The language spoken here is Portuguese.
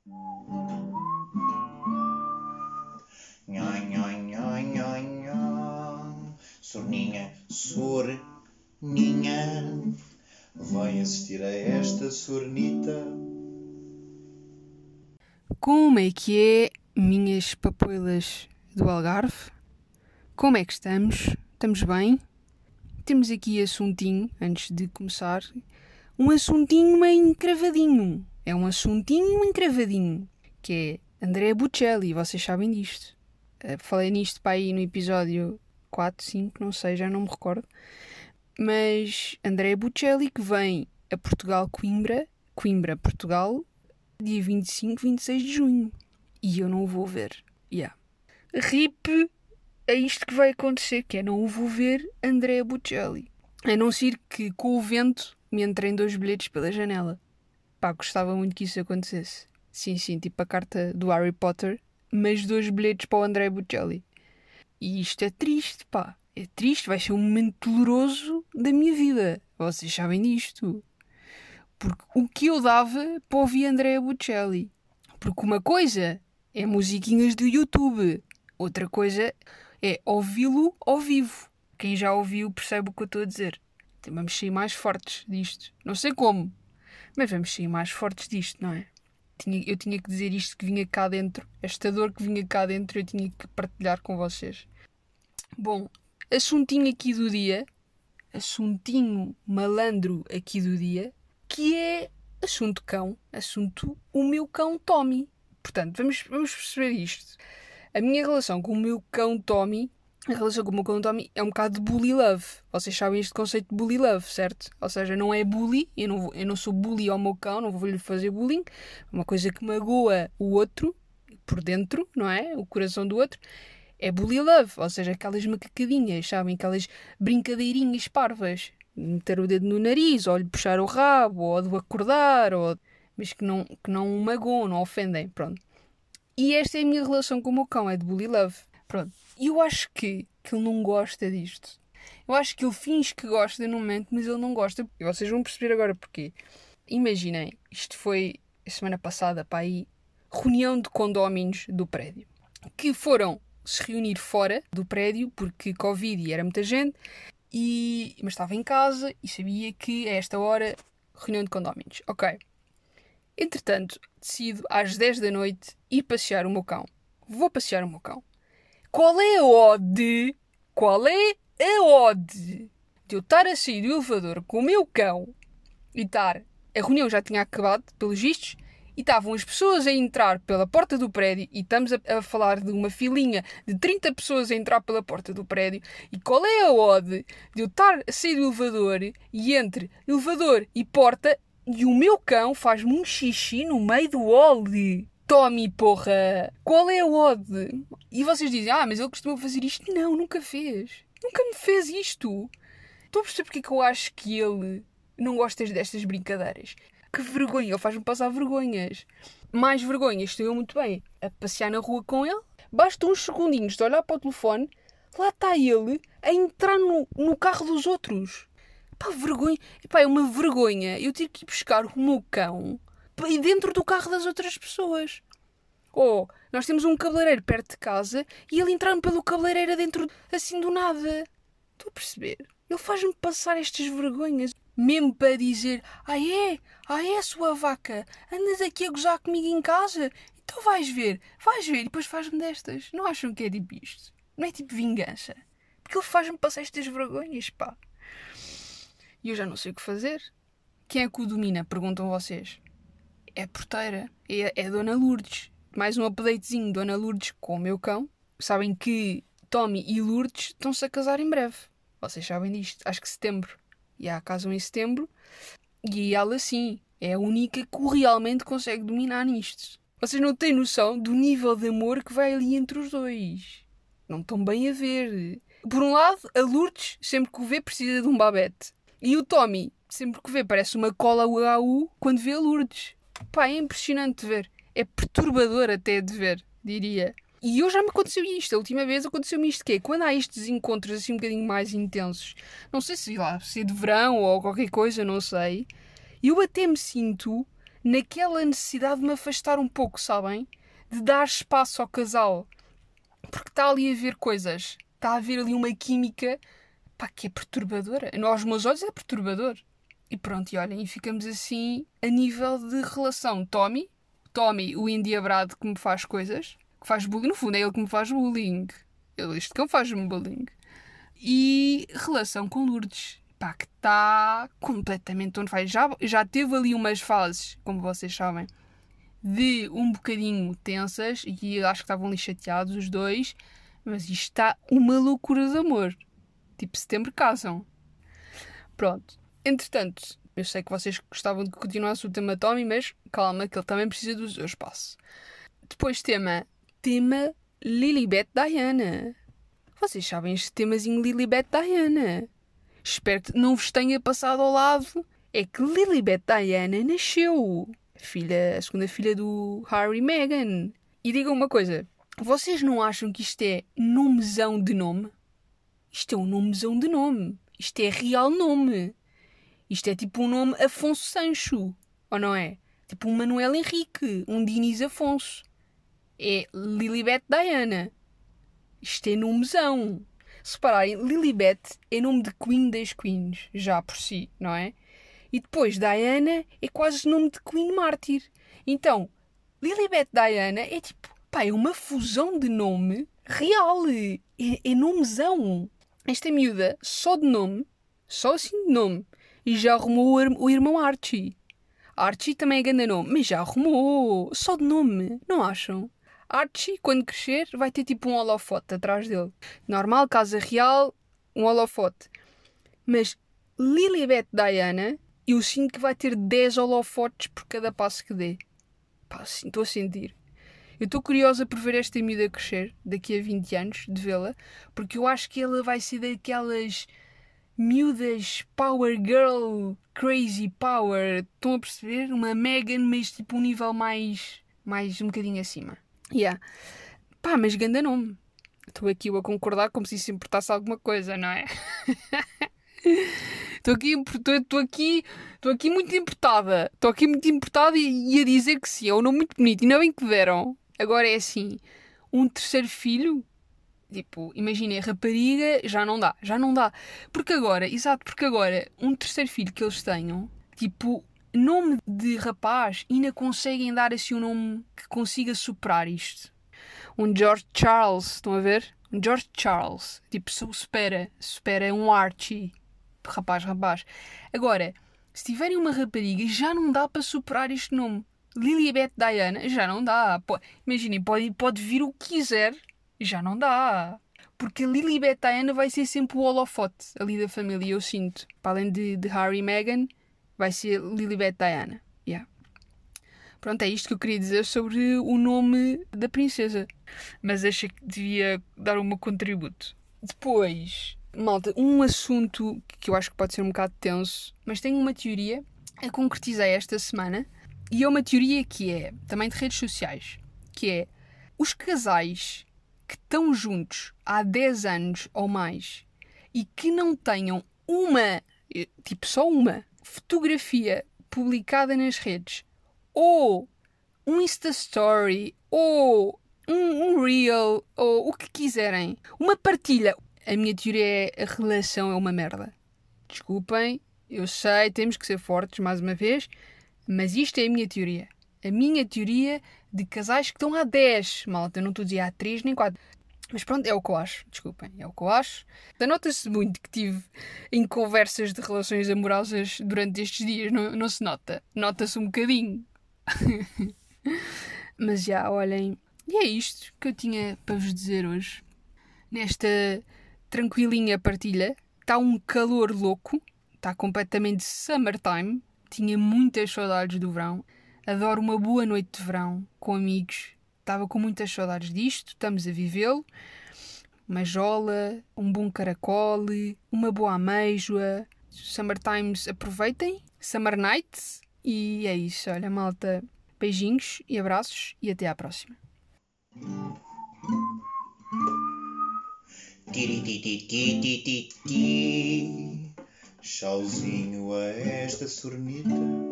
Nho, nho, nho, nho, nho. Sorninha, sorninha, vai assistir a esta sornita. Como é que é, minhas papoilas do Algarve? Como é que estamos? Estamos bem? Temos aqui assuntinho, antes de começar, um assuntinho meio encravadinho. É um assuntinho encravadinho, que é Andrea Bocelli, vocês sabem disto. Falei nisto para aí no episódio 4, 5, não sei, já não me recordo. Mas Andrea Bocelli, que vem a Portugal, Coimbra, Portugal, dia 25, 26 de junho. E eu não o vou ver. RIP é isto que vai acontecer, que é não o vou ver Andrea Bocelli. A não ser que com o vento me entrem 2 bilhetes pela janela. Pá, gostava muito que isso acontecesse. Sim, tipo a carta do Harry Potter, mas 2 bilhetes para o Andrea Bocelli. E isto é triste, pá. É triste, vai ser um momento doloroso da minha vida. Vocês sabem disto. Porque o que eu dava para ouvir Andrea Bocelli? Porque uma coisa é musiquinhas do YouTube. Outra coisa é ouvi-lo ao vivo. Quem já ouviu percebe o que eu estou a dizer. Então vamos sair mais fortes disto. Não sei como, mas vamos sair mais fortes disto, não é? Eu tinha que dizer isto que vinha cá dentro. Esta dor que vinha cá dentro eu tinha que partilhar com vocês. Bom, assuntinho aqui do dia. Assuntinho malandro aqui do dia. Que é assunto cão. Assunto o meu cão Tommy. Portanto, vamos perceber isto. A minha relação com o meu cão Tommy, é um bocado de bully love. Vocês sabem este conceito de bully love, certo? Ou seja, não é bully, eu não sou bully ao meu cão, não vou-lhe fazer bullying. É uma coisa que magoa o outro, por dentro, não é? O coração do outro. É bully love, ou seja, aquelas macacadinhas, sabem? Aquelas brincadeirinhas parvas. Meter o dedo no nariz, ou lhe puxar o rabo, ou de acordar, mas que não o magoam, não ofendem, pronto. E esta é a minha relação com o meu cão, é de bully love. Pronto. E eu acho que ele não gosta disto. Eu acho que ele finge que gosta no momento, mas ele não gosta. E vocês vão perceber agora porquê. Imaginem, isto foi a semana passada, para aí, reunião de condóminos do prédio. Que foram se reunir fora do prédio, porque Covid e era muita gente, mas estava em casa e sabia que a esta hora, reunião de condóminos. Ok. Entretanto, decido às 10 da noite ir passear o meu cão. Vou passear o meu cão. Qual é a odd de eu estar a sair do elevador com o meu cão e estar... A reunião já tinha acabado, pelos vistos, e estavam as pessoas a entrar pela porta do prédio e estamos a falar de uma filinha de 30 pessoas a entrar pela porta do prédio. E qual é a odd de eu estar a sair do elevador e entre elevador e porta... E o meu cão faz-me um xixi no meio do odd. Tommy, porra! Qual é o odd? E vocês dizem, mas ele costuma fazer isto. Não, nunca fez. Nunca me fez isto. Estou a perceber porque é que eu acho que ele não gosta destas brincadeiras. Que vergonha, ele faz-me passar vergonhas. Mais vergonhas, estou eu muito bem a passear na rua com ele. Basta uns segundinhos de olhar para o telefone, lá está ele a entrar no carro dos outros. Pá, vergonha. Epá, é uma vergonha eu ter que ir buscar o meu cão dentro do carro das outras pessoas. Nós temos um cabeleireiro perto de casa e ele entrar pelo cabeleireiro dentro, assim do nada. Estou a perceber? Ele faz-me passar estas vergonhas. Mesmo para dizer, sua vaca, andas aqui a gozar comigo em casa? Então vais ver. E depois faz-me destas. Não acham que é tipo isto? Não é tipo vingança? Porque ele faz-me passar estas vergonhas, pá. E eu já não sei o que fazer. Quem é que o domina? Perguntam vocês. É a porteira. É a Dona Lourdes. Mais um updatezinho. Dona Lourdes com o meu cão. Sabem que Tommy e Lourdes estão-se a casar em breve. Vocês sabem disto. Acho que setembro. Casam em setembro. E ela sim. É a única que realmente consegue dominar nisto. Vocês não têm noção do nível de amor que vai ali entre os dois. Não estão bem a ver. Por um lado, a Lourdes, sempre que o vê, precisa de um babete. E o Tommy, sempre que vê, parece uma cola UHU quando vê a Lourdes. Pá, é impressionante de ver. É perturbador até de ver, diria. E eu já me aconteceu isto. A última vez aconteceu-me isto, que é quando há estes encontros assim um bocadinho mais intensos. Não sei se é de verão ou qualquer coisa, não sei. Eu até me sinto naquela necessidade de me afastar um pouco, sabem? De dar espaço ao casal. Porque está ali a ver coisas. Está a haver ali uma química, pá, que é perturbadora. Aos meus olhos é perturbador. E pronto, e olhem, e ficamos assim a nível de relação. Tommy, o endiabrado que me faz coisas, que faz bullying, no fundo é ele que me faz bullying. Este cão faz-me bullying. E relação com Lourdes, pá, que está completamente onde faz. Já teve ali umas fases, como vocês sabem, de um bocadinho tensas, e eu acho que estavam ali chateados os dois, mas isto está uma loucura de amor. Tipo, setembro casam. Pronto. Entretanto, eu sei que vocês gostavam de que continuasse o tema Tommy, mas calma, que ele também precisa do seu espaço. Depois tema Lilibet Diana. Vocês sabem este temazinho Lilibet Diana. Espero que não vos tenha passado ao lado. É que Lilibet Diana nasceu. A segunda filha do Harry e Meghan. E digam uma coisa. Vocês não acham que isto é nomezão de nome? Isto é um nomezão de nome. Isto é real nome. Isto é tipo um nome Afonso Sancho. Ou não é? Tipo um Manuel Henrique. Um Diniz Afonso. É Lilibet Diana. Isto é nomezão. Se repararem, Lilibet é nome de Queen das Queens. Já por si, não é? E depois Diana é quase nome de Queen Mártir. Então, Lilibet Diana é tipo... pá, é uma fusão de nome real. É nomezão. Esta miúda, só de nome, só assim de nome, e já arrumou o irmão Archie. Archie também é grande nome, mas já arrumou. Só de nome, não acham? Archie, quando crescer, vai ter tipo um holofote atrás dele. Normal, casa real, um holofote. Mas Lilibet Diana, eu sinto que vai ter 10 holofotes por cada passo que dê. Pá, assim, estou a sentir. Eu estou curiosa por ver esta miúda crescer daqui a 20 anos, de vê-la, porque eu acho que ela vai ser daquelas miúdas power girl, crazy power. Estão a perceber? Uma Meghan, mas tipo um nível mais um bocadinho acima. Yeah. Pá, mas ganda nome. Estou aqui a concordar como se isso importasse alguma coisa, não é? Estou aqui muito importada. Estou aqui muito importada e a dizer que sim. É um nome muito bonito. E não é bem que deram. Agora é assim, um terceiro filho, tipo, imaginem, rapariga, já não dá. Porque agora, um terceiro filho que eles tenham, tipo, nome de rapaz, ainda conseguem dar assim um nome que consiga superar isto. Um George Charles, estão a ver? Um George Charles, tipo, supera um Archie, rapaz. Agora, se tiverem uma rapariga, já não dá para superar este nome. Lilibet Diana, já não dá. Imaginem, pode vir o que quiser, já não dá. Porque a Lilibet Diana vai ser sempre o holofote ali da família, eu sinto. Para além de Harry e Meghan, vai ser Lilibet Diana. Yeah. Pronto, é isto que eu queria dizer sobre o nome da princesa. Mas achei que devia dar o meu contributo. Depois, malta, um assunto que eu acho que pode ser um bocado tenso, mas tenho uma teoria, a concretizei esta semana. E é uma teoria que é, também de redes sociais, que é os casais que estão juntos há 10 anos ou mais e que não tenham só uma fotografia publicada nas redes, ou um Insta Story, ou um Reel, ou o que quiserem, uma partilha. A minha teoria é a relação é uma merda. Desculpem, eu sei, temos que ser fortes mais uma vez, mas isto é a minha teoria. A minha teoria de casais que estão há 10. Malta, eu não estou a dizer há 3 nem 4. Mas pronto, é o que eu acho. Desculpem, é o que eu acho. Nota-se muito que tive em conversas de relações amorosas durante estes dias. Não se nota. Nota-se um bocadinho. Mas já, olhem. E é isto que eu tinha para vos dizer hoje. Nesta tranquilinha partilha. Está um calor louco. Está completamente summertime. Tinha muitas saudades do verão. Adoro uma boa noite de verão com amigos. Estava com muitas saudades disto. Estamos a vivê-lo. Uma jola, um bom caracol, uma boa ameijoa. Summer Times, aproveitem. Summer Nights. E é isso. Olha, malta. Beijinhos e abraços e até à próxima. Tchauzinho a esta sornita.